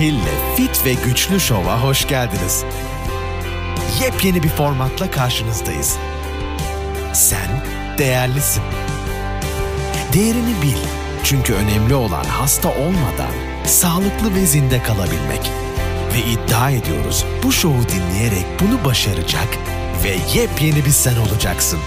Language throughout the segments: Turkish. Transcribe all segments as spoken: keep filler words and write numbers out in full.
Hill'le Fit ve Güçlü Şov'a hoş geldiniz. Yepyeni bir formatla karşınızdayız. Sen değerlisin. Değerini bil. Çünkü önemli olan hasta olmadan sağlıklı ve zinde kalabilmek. Ve iddia ediyoruz, bu şovu dinleyerek bunu başaracak ve yepyeni bir sen olacaksın.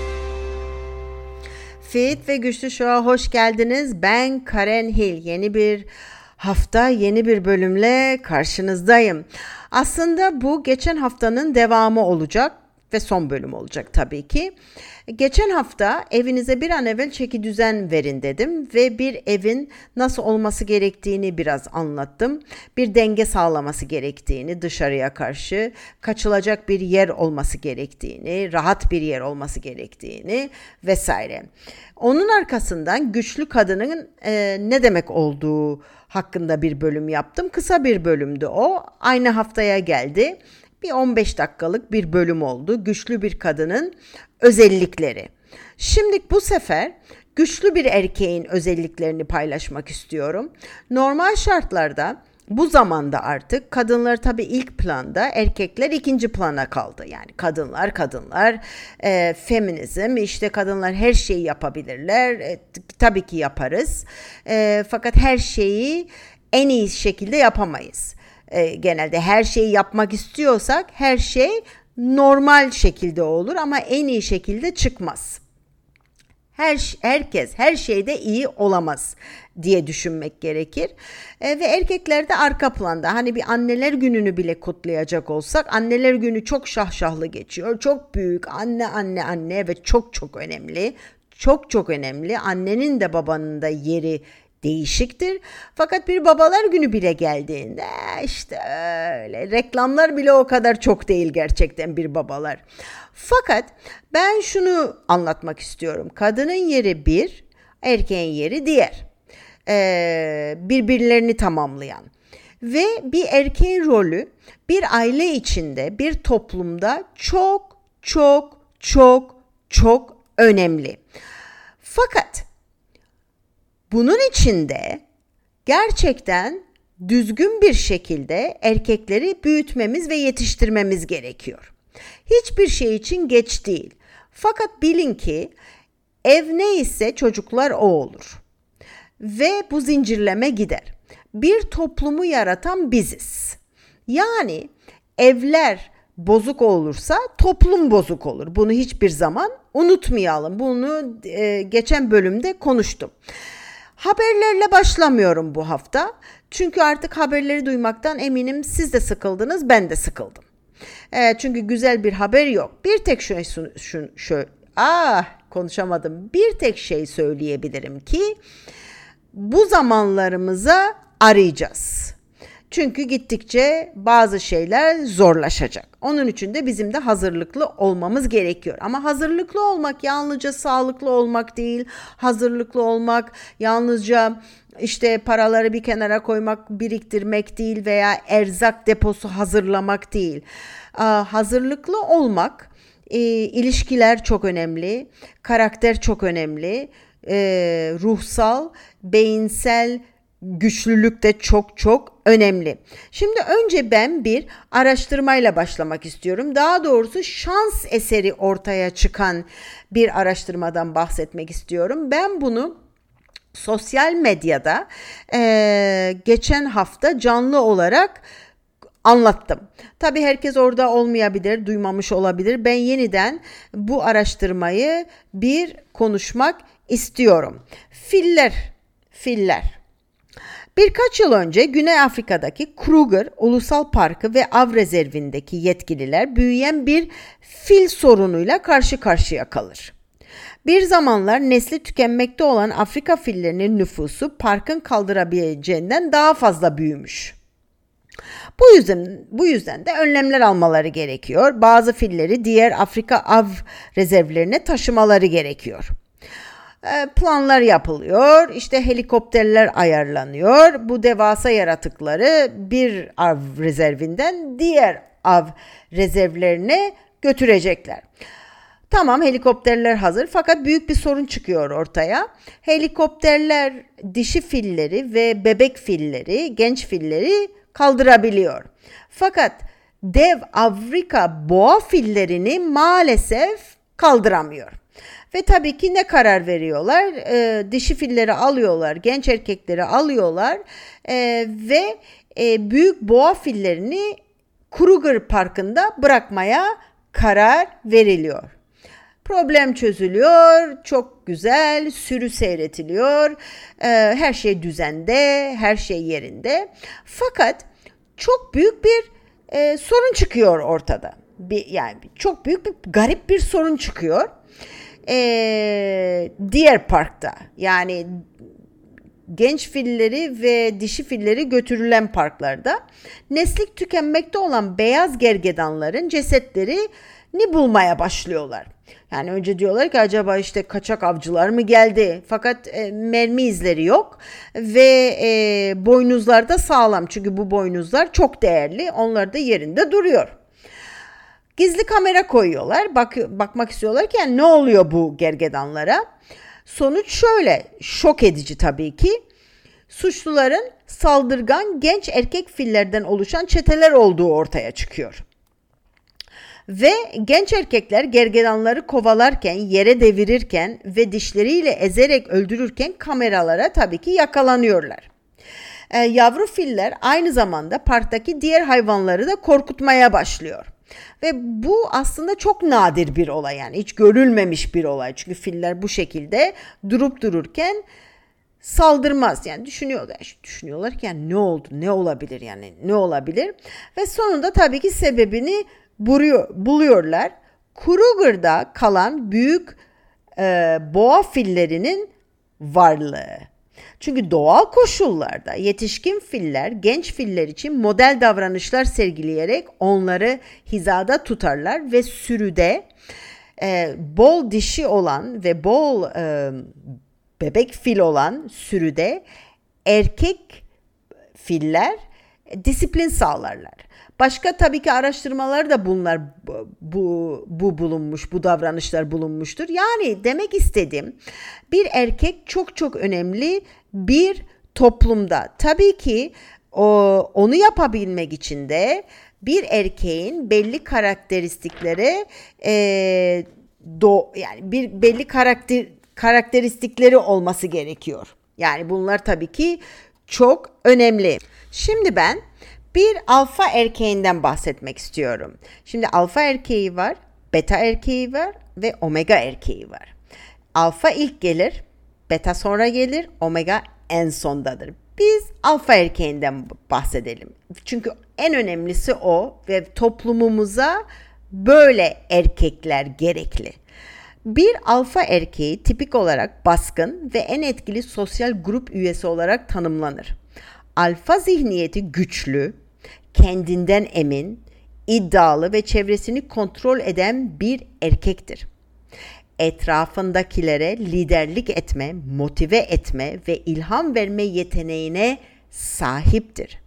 Fit ve Güçlü Şov'a hoş geldiniz. Ben Karen Hill. Yeni bir hafta, yeni bir bölümle karşınızdayım. Aslında bu geçen haftanın devamı olacak ve son bölüm olacak tabii ki. Geçen hafta evinize bir an evvel çeki düzen verin dedim ve bir evin nasıl olması gerektiğini biraz anlattım. Bir denge sağlaması gerektiğini, dışarıya karşı kaçılacak bir yer olması gerektiğini, rahat bir yer olması gerektiğini vesaire. Onun arkasından güçlü kadının e, ne demek olduğu hakkında bir bölüm yaptım. Kısa bir bölümdü o. Aynı haftaya geldi. Bir on beş dakikalık bir bölüm oldu. Güçlü bir kadının özellikleri. Şimdi bu sefer güçlü bir erkeğin özelliklerini paylaşmak istiyorum. Normal şartlarda bu zamanda artık kadınlar tabii ilk planda, erkekler ikinci plana kaldı. Yani kadınlar kadınlar, e, feminizm, işte kadınlar her şeyi yapabilirler. E, tabii ki yaparız. E, fakat her şeyi en iyi şekilde yapamayız. E, genelde her şeyi yapmak istiyorsak her şey normal şekilde olur ama en iyi şekilde çıkmaz. Her herkes her şeyde iyi olamaz diye düşünmek gerekir. E, ve erkekler de arka planda. Hani bir anneler gününü bile kutlayacak olsak, anneler günü çok şahşahlı geçiyor. Çok büyük, anne anne anne ve çok çok önemli. Çok çok önemli. Annenin de babanın da yeri değişiktir. Fakat bir babalar günü bile geldiğinde işte öyle reklamlar bile o kadar çok değil gerçekten bir babalar. Fakat ben şunu anlatmak istiyorum. Kadının yeri bir, erkeğin yeri diğer. Ee, birbirlerini tamamlayan. Ve bir erkeğin rolü bir aile içinde, bir toplumda çok çok çok çok önemli. Fakat bunun içinde gerçekten düzgün bir şekilde erkekleri büyütmemiz ve yetiştirmemiz gerekiyor. Hiçbir şey için geç değil. Fakat bilin ki ev neyse çocuklar o olur. Ve bu zincirleme gider. Bir toplumu yaratan biziz. Yani evler bozuk olursa toplum bozuk olur. Bunu hiçbir zaman unutmayalım. Bunu e, geçen bölümde konuştum. Haberlerle başlamıyorum bu hafta. Çünkü artık haberleri duymaktan eminim siz de sıkıldınız, ben de sıkıldım. E, çünkü güzel bir haber yok. Bir tek şey şu, şu, ah konuşamadım. Bir tek şey söyleyebilirim ki bu zamanlarımıza arayacağız. Çünkü gittikçe bazı şeyler zorlaşacak. Onun için de bizim de hazırlıklı olmamız gerekiyor. Ama hazırlıklı olmak yalnızca sağlıklı olmak değil. Hazırlıklı olmak yalnızca işte paraları bir kenara koymak, biriktirmek değil veya erzak deposu hazırlamak değil. Hazırlıklı olmak, ilişkiler çok önemli, karakter çok önemli, ruhsal, beyinsel güçlülük de çok çok önemli. Şimdi önce ben bir araştırmayla başlamak istiyorum. Daha doğrusu şans eseri ortaya çıkan bir araştırmadan bahsetmek istiyorum. Ben bunu sosyal medyada e, geçen hafta canlı olarak anlattım. Tabii herkes orada olmayabilir, duymamış olabilir. Ben yeniden bu araştırmayı bir konuşmak istiyorum. Filler, filler. Birkaç yıl önce Güney Afrika'daki Kruger Ulusal Parkı ve Av Rezervi'ndeki yetkililer büyüyen bir fil sorunuyla karşı karşıya kalır. Bir zamanlar nesli tükenmekte olan Afrika fillerinin nüfusu parkın kaldırabileceğinden daha fazla büyümüş. Bu yüzden, bu yüzden de önlemler almaları gerekiyor. Bazı filleri diğer Afrika av rezervlerine taşımaları gerekiyor. Planlar yapılıyor, işte helikopterler ayarlanıyor. Bu devasa yaratıkları bir av rezervinden diğer av rezervlerine götürecekler. Tamam, helikopterler hazır fakat büyük bir sorun çıkıyor ortaya. Helikopterler dişi filleri ve bebek filleri, genç filleri kaldırabiliyor. Fakat dev Afrika boğa fillerini maalesef kaldıramıyor. Ve tabii ki ne karar veriyorlar? E, dişi filleri alıyorlar, genç erkekleri alıyorlar e, ve e, büyük boğa fillerini Kruger Parkı'nda bırakmaya karar veriliyor. Problem çözülüyor, çok güzel, sürü seyretiliyor, e, her şey düzende, her şey yerinde. Fakat çok büyük bir e, sorun çıkıyor ortada. Bir, yani çok büyük bir garip bir sorun çıkıyor. E, diğer parkta, yani genç filleri ve dişi filleri götürülen parklarda nesli tükenmekte olan beyaz gergedanların cesetlerini bulmaya başlıyorlar. Yani önce diyorlar ki acaba işte kaçak avcılar mı geldi? Fakat e, mermi izleri yok ve e, boynuzlar da sağlam. Çünkü bu boynuzlar çok değerli. Onlar da yerinde duruyor. Gizli kamera koyuyorlar. Bak, bakmak istiyorlar ki yani ne oluyor bu gergedanlara? Sonuç şöyle, şok edici tabii ki. Suçluların saldırgan genç erkek fillerden oluşan çeteler olduğu ortaya çıkıyor. Ve genç erkekler gergedanları kovalarken, yere devirirken ve dişleriyle ezerek öldürürken kameralara tabii ki yakalanıyorlar. Ee, yavru filler aynı zamanda parktaki diğer hayvanları da korkutmaya başlıyor. Ve bu aslında çok nadir bir olay, yani hiç görülmemiş bir olay. Çünkü filler bu şekilde durup dururken saldırmaz. Yani düşünüyorlar, düşünüyorlar ki yani ne oldu, ne olabilir, yani ne olabilir? Ve sonunda tabii ki sebebini buluyor, buluyorlar. Kruger'da kalan büyük e, boğa fillerinin varlığı. Çünkü doğal koşullarda yetişkin filler genç filler için model davranışlar sergileyerek onları hizada tutarlar ve sürüde e, bol dişi olan ve bol e, bebek fil olan sürüde erkek filler disiplin sağlarlar. Başka tabii ki araştırmalar da bunlar bu, bu bulunmuş, bu davranışlar bulunmuştur. Yani demek istediğim, bir erkek çok çok önemli bir toplumda. Tabii ki o, onu yapabilmek için de bir erkeğin belli karakteristiklere e, do, yani bir belli karakter karakteristikleri olması gerekiyor. Yani bunlar tabii ki çok önemli. Şimdi ben bir alfa erkeğinden bahsetmek istiyorum. Şimdi alfa erkeği var, beta erkeği var ve omega erkeği var. Alfa ilk gelir, beta sonra gelir, omega en sondadır. Biz alfa erkeğinden bahsedelim. Çünkü en önemlisi o ve toplumumuza böyle erkekler gerekli. Bir alfa erkeği tipik olarak baskın ve en etkili sosyal grup üyesi olarak tanımlanır. Alfa zihniyeti güçlü, kendinden emin, iddialı ve çevresini kontrol eden bir erkektir. Etrafındakilere liderlik etme, motive etme ve ilham verme yeteneğine sahiptir.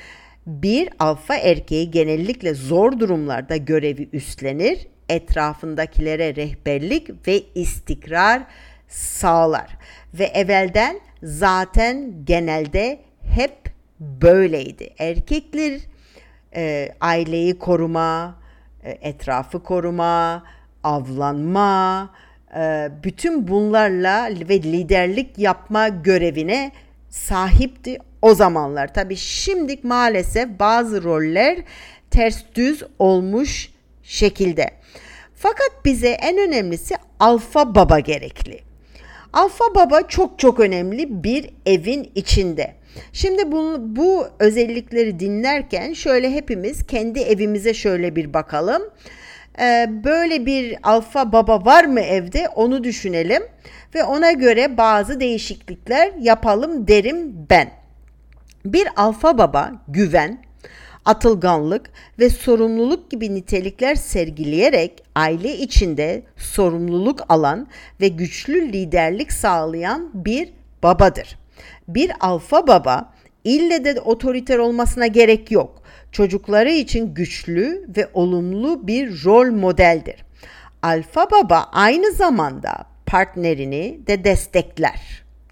Bir alfa erkeği genellikle zor durumlarda görevi üstlenir, etrafındakilere rehberlik ve istikrar sağlar. Ve evvelden zaten genelde hep böyleydi. Erkekler e, aileyi koruma, e, etrafı koruma, avlanma, e, bütün bunlarla ve liderlik yapma görevine sahipti o zamanlar. Tabii şimdi maalesef bazı roller ters düz olmuş şekilde. Fakat bize en önemlisi alfa baba gerekli. Alfa baba çok çok önemli bir evin içinde. Şimdi bu, bu özellikleri dinlerken şöyle hepimiz kendi evimize şöyle bir bakalım. Ee, böyle bir alfa baba var mı evde, onu düşünelim ve ona göre bazı değişiklikler yapalım derim ben. Bir alfa baba güven, atılganlık ve sorumluluk gibi nitelikler sergileyerek aile içinde sorumluluk alan ve güçlü liderlik sağlayan bir babadır. Bir alfa baba ille de otoriter olmasına gerek yok. Çocukları için güçlü ve olumlu bir rol modeldir. Alfa baba aynı zamanda partnerini de destekler.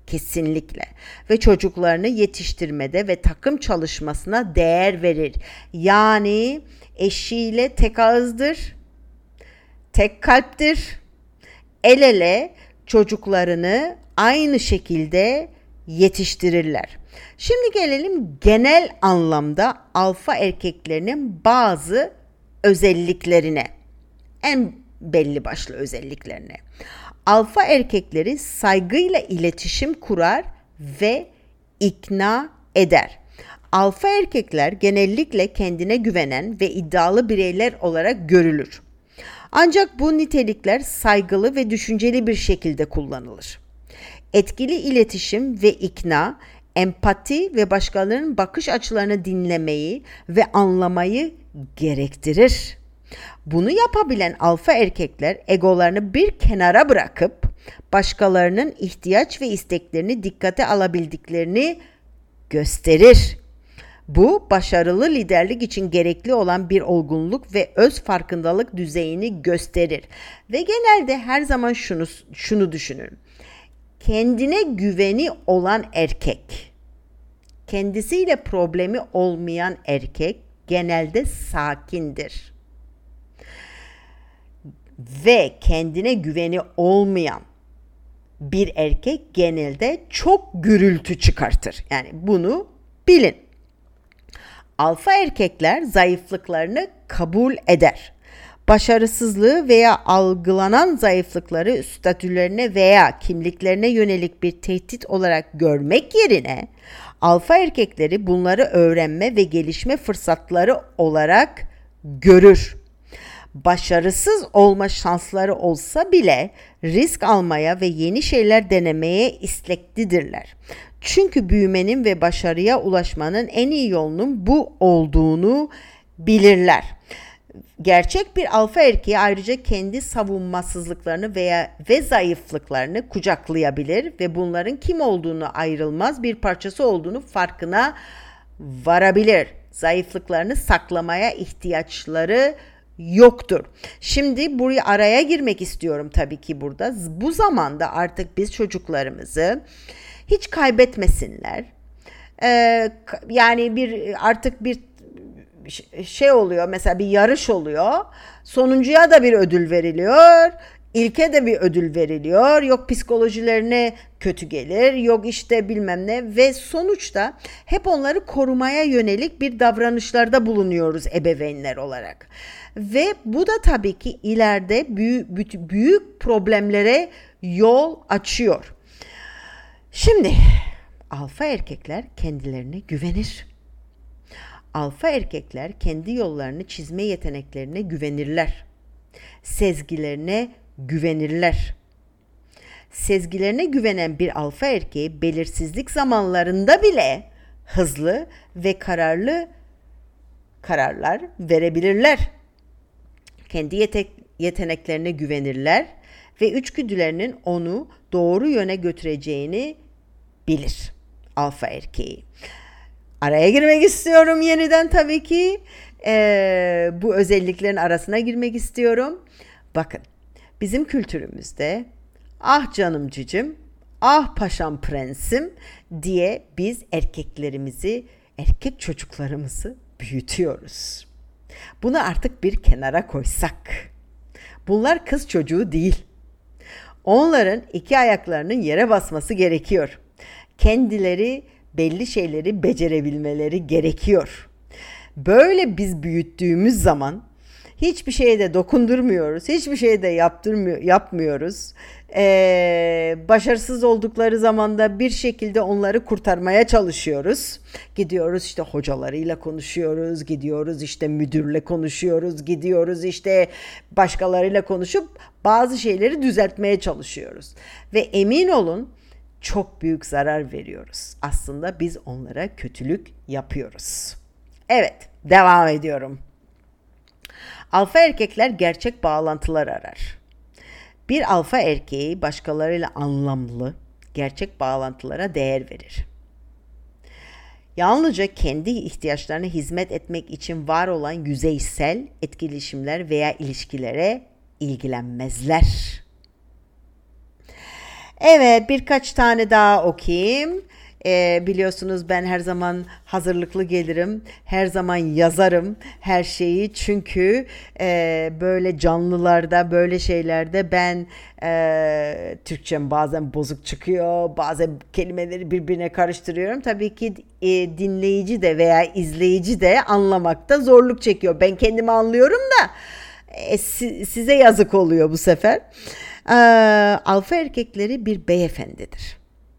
kesinlikle. Ve çocuklarını yetiştirmede ve takım çalışmasına değer verir. Yani eşiyle tek ağızdır, tek kalptir, el ele çocuklarını aynı şekilde yetiştirirler. Şimdi gelelim genel anlamda alfa erkeklerinin bazı özelliklerine. En belli başlı özelliklerine. Alfa erkekleri saygıyla iletişim kurar ve ikna eder. Alfa erkekler genellikle kendine güvenen ve iddialı bireyler olarak görülür. Ancak bu nitelikler saygılı ve düşünceli bir şekilde kullanılır. Etkili iletişim ve ikna, empati ve başkalarının bakış açılarını dinlemeyi ve anlamayı gerektirir. Bunu yapabilen alfa erkekler egolarını bir kenara bırakıp başkalarının ihtiyaç ve isteklerini dikkate alabildiklerini gösterir. Bu başarılı liderlik için gerekli olan bir olgunluk ve öz farkındalık düzeyini gösterir. Ve genelde her zaman şunu şunu düşünün. Kendine güveni olan erkek, kendisiyle problemi olmayan erkek genelde sakindir. Ve kendine güveni olmayan bir erkek genelde çok gürültü çıkartır. Yani bunu bilin. Alfa erkekler zayıflıklarını kabul eder. Başarısızlığı veya algılanan zayıflıkları statülerine veya kimliklerine yönelik bir tehdit olarak görmek yerine alfa erkekleri bunları öğrenme ve gelişme fırsatları olarak görür. Başarısız olma şansları olsa bile risk almaya ve yeni şeyler denemeye isteklidirler. Çünkü büyümenin ve başarıya ulaşmanın en iyi yolunun bu olduğunu bilirler. Gerçek bir alfa erkeği ayrıca kendi savunmasızlıklarını veya ve zayıflıklarını kucaklayabilir ve bunların kim olduğunu ayrılmaz bir parçası olduğunu farkına varabilir. Zayıflıklarını saklamaya ihtiyaçları yoktur. Şimdi buraya araya girmek istiyorum tabii ki burada. Bu zamanda artık biz çocuklarımızı hiç kaybetmesinler. Ee, yani bir artık bir şey oluyor, mesela bir yarış oluyor. Sonuncuya da bir ödül veriliyor. İlke de bir ödül veriliyor. Yok psikolojilerine kötü gelir. Yok işte bilmem ne. Ve sonuçta hep onları korumaya yönelik bir davranışlarda bulunuyoruz ebeveynler olarak. Ve bu da tabii ki ileride büyük, büyük problemlere yol açıyor. Şimdi alfa erkekler kendilerine güvenir. Alfa erkekler kendi yollarını çizme yeteneklerine güvenirler. Sezgilerine güvenirler. Sezgilerine güvenen bir alfa erkeği belirsizlik zamanlarında bile hızlı ve kararlı kararlar verebilirler. Kendi yete- yeteneklerine güvenirler ve içgüdülerinin onu doğru yöne götüreceğini bilir alfa erkeği. Araya girmek istiyorum yeniden tabii ki. Ee, bu özelliklerin arasına girmek istiyorum. Bakın, bizim kültürümüzde ah canım cicim, ah paşam prensim diye biz erkeklerimizi, erkek çocuklarımızı büyütüyoruz. Bunu artık bir kenara koysak. Bunlar kız çocuğu değil. Onların iki ayaklarının yere basması gerekiyor. Kendileri belli şeyleri becerebilmeleri gerekiyor. Böyle biz büyüttüğümüz zaman hiçbir şeye de dokundurmuyoruz, hiçbir şeye de yaptırmıyor, yapmıyoruz. Ee, başarısız oldukları zaman da bir şekilde onları kurtarmaya çalışıyoruz. Gidiyoruz işte hocalarıyla konuşuyoruz, gidiyoruz işte müdürle konuşuyoruz, gidiyoruz işte başkalarıyla konuşup bazı şeyleri düzeltmeye çalışıyoruz. Ve emin olun, çok büyük zarar veriyoruz. Aslında biz onlara kötülük yapıyoruz. Evet, devam ediyorum. Alfa erkekler gerçek bağlantılar arar. Bir alfa erkeği başkalarıyla anlamlı, gerçek bağlantılara değer verir. Yalnızca kendi ihtiyaçlarına hizmet etmek için var olan yüzeysel etkileşimler veya ilişkilere ilgilenmezler. Evet, birkaç tane daha okuyayım. Ee, biliyorsunuz ben her zaman hazırlıklı gelirim. Her zaman yazarım her şeyi. Çünkü e, böyle canlılarda, böyle şeylerde ben e, Türkçem bazen bozuk çıkıyor. Bazen kelimeleri birbirine karıştırıyorum. Tabii ki e, dinleyici de veya izleyici de anlamakta zorluk çekiyor. Ben kendimi anlıyorum da e, si- size yazık oluyor bu sefer. Ee, alfa erkekleri bir beyefendidir.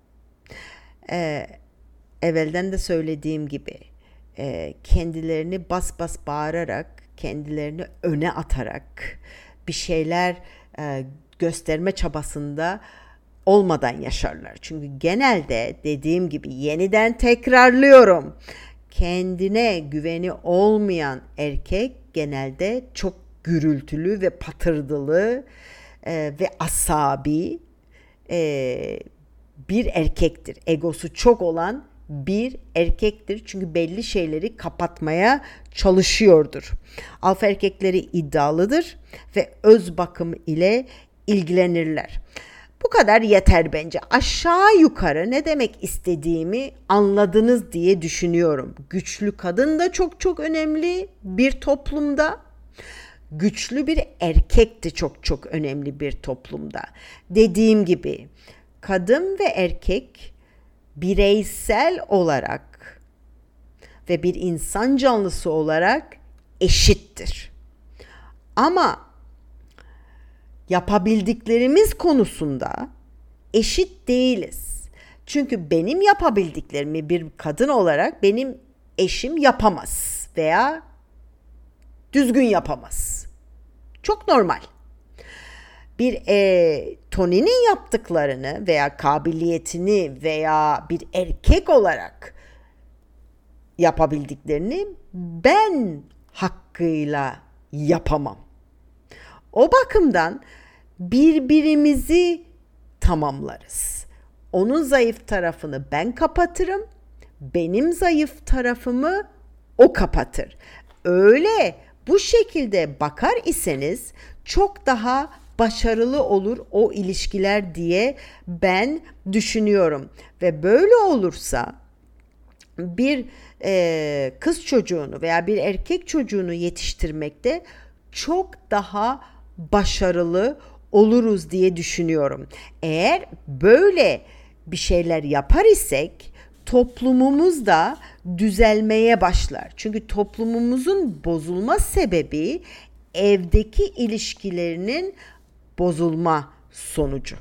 Ee, Evvelden de söylediğim gibi e, kendilerini bas bas bağırarak, kendilerini öne atarak bir şeyler e, gösterme çabasında olmadan yaşarlar. Çünkü genelde dediğim gibi yeniden tekrarlıyorum. Kendine güveni olmayan erkek genelde çok gürültülü ve patırdılı e, ve asabi e, bir erkektir. Egosu çok olan bir erkektir. Çünkü belli şeyleri kapatmaya çalışıyordur. Alfa erkekleri iddialıdır ve öz bakım ile ilgilenirler. Bu kadar yeter bence. Aşağı yukarı ne demek istediğimi anladınız diye düşünüyorum. Güçlü kadın da çok çok önemli bir toplumda. Güçlü bir erkek de çok çok önemli bir toplumda. Dediğim gibi kadın ve erkek bireysel olarak ve bir insan canlısı olarak eşittir. Ama yapabildiklerimiz konusunda eşit değiliz. Çünkü benim yapabildiklerimi bir kadın olarak benim eşim yapamaz veya düzgün yapamaz. Çok normal. Bir e, Tony'nin yaptıklarını veya kabiliyetini veya bir erkek olarak yapabildiklerini ben hakkıyla yapamam. O bakımdan birbirimizi tamamlarız. Onun zayıf tarafını ben kapatırım, benim zayıf tarafımı o kapatır. Öyle bu şekilde bakar iseniz çok daha başarılı olur o ilişkiler diye ben düşünüyorum. Ve böyle olursa bir e, kız çocuğunu veya bir erkek çocuğunu yetiştirmekte çok daha başarılı oluruz diye düşünüyorum. Eğer böyle bir şeyler yapar isek toplumumuz da düzelmeye başlar. Çünkü toplumumuzun bozulma sebebi evdeki ilişkilerinin bozulma sonucu.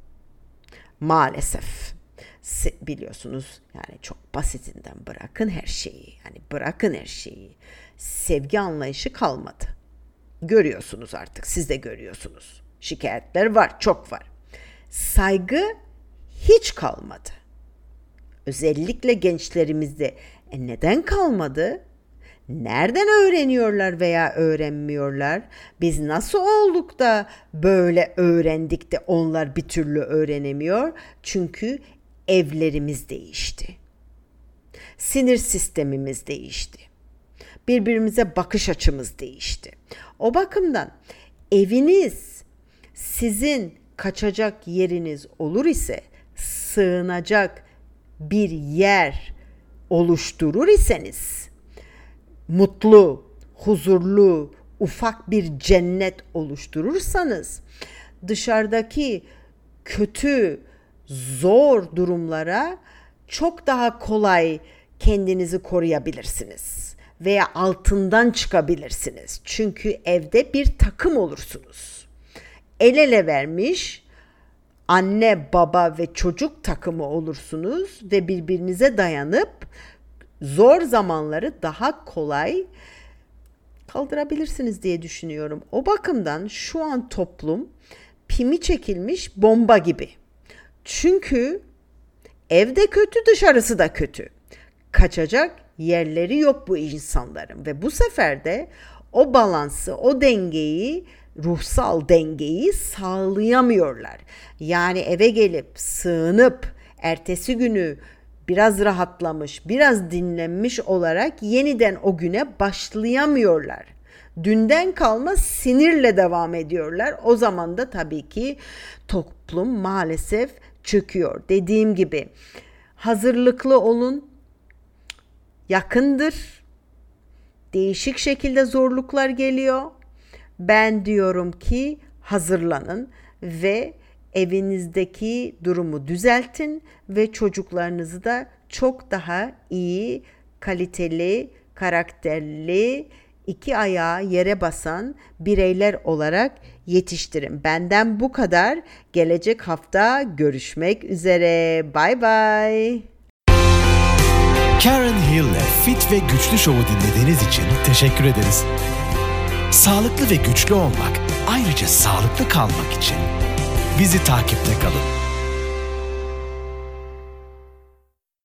Maalesef. Biliyorsunuz yani çok basitinden bırakın her şeyi. Yani bırakın her şeyi. Sevgi anlayışı kalmadı. Görüyorsunuz artık. Siz de görüyorsunuz. Şikayetler var, çok var. Saygı hiç kalmadı. Özellikle gençlerimizde. E neden kalmadı? Nereden öğreniyorlar veya öğrenmiyorlar? Biz nasıl olduk da böyle öğrendik de onlar bir türlü öğrenemiyor? Çünkü evlerimiz değişti. Sinir sistemimiz değişti. Birbirimize bakış açımız değişti. O bakımdan eviniz sizin kaçacak yeriniz olur ise, sığınacak bir yer oluşturur iseniz, mutlu, huzurlu, ufak bir cennet oluşturursanız, dışarıdaki kötü, zor durumlara çok daha kolay kendinizi koruyabilirsiniz veya altından çıkabilirsiniz. Çünkü evde bir takım olursunuz. El ele vermiş anne, baba ve çocuk takımı olursunuz ve birbirinize dayanıp zor zamanları daha kolay kaldırabilirsiniz diye düşünüyorum. O bakımdan şu an toplum pimi çekilmiş bomba gibi. Çünkü evde kötü, dışarısı da kötü. Kaçacak yerleri yok bu insanların ve bu sefer de o balansı, o dengeyi, ruhsal dengeyi sağlayamıyorlar. Yani eve gelip sığınıp ertesi günü biraz rahatlamış, biraz dinlenmiş olarak yeniden o güne başlayamıyorlar. Dünden kalma sinirle devam ediyorlar. O zaman da tabii ki toplum maalesef çöküyor. Dediğim gibi hazırlıklı olun. Yakındır. Değişik şekilde zorluklar geliyor. Ben diyorum ki hazırlanın ve evinizdeki durumu düzeltin ve çocuklarınızı da çok daha iyi, kaliteli, karakterli, iki ayağı yere basan bireyler olarak yetiştirin. Benden bu kadar. Gelecek hafta görüşmek üzere. Bye bye. Karen Hill'le Fit ve Güçlü Show'u dinlediğiniz için teşekkür ederiz. Sağlıklı ve güçlü olmak, ayrıca sağlıklı kalmak için bizi takipte kalın.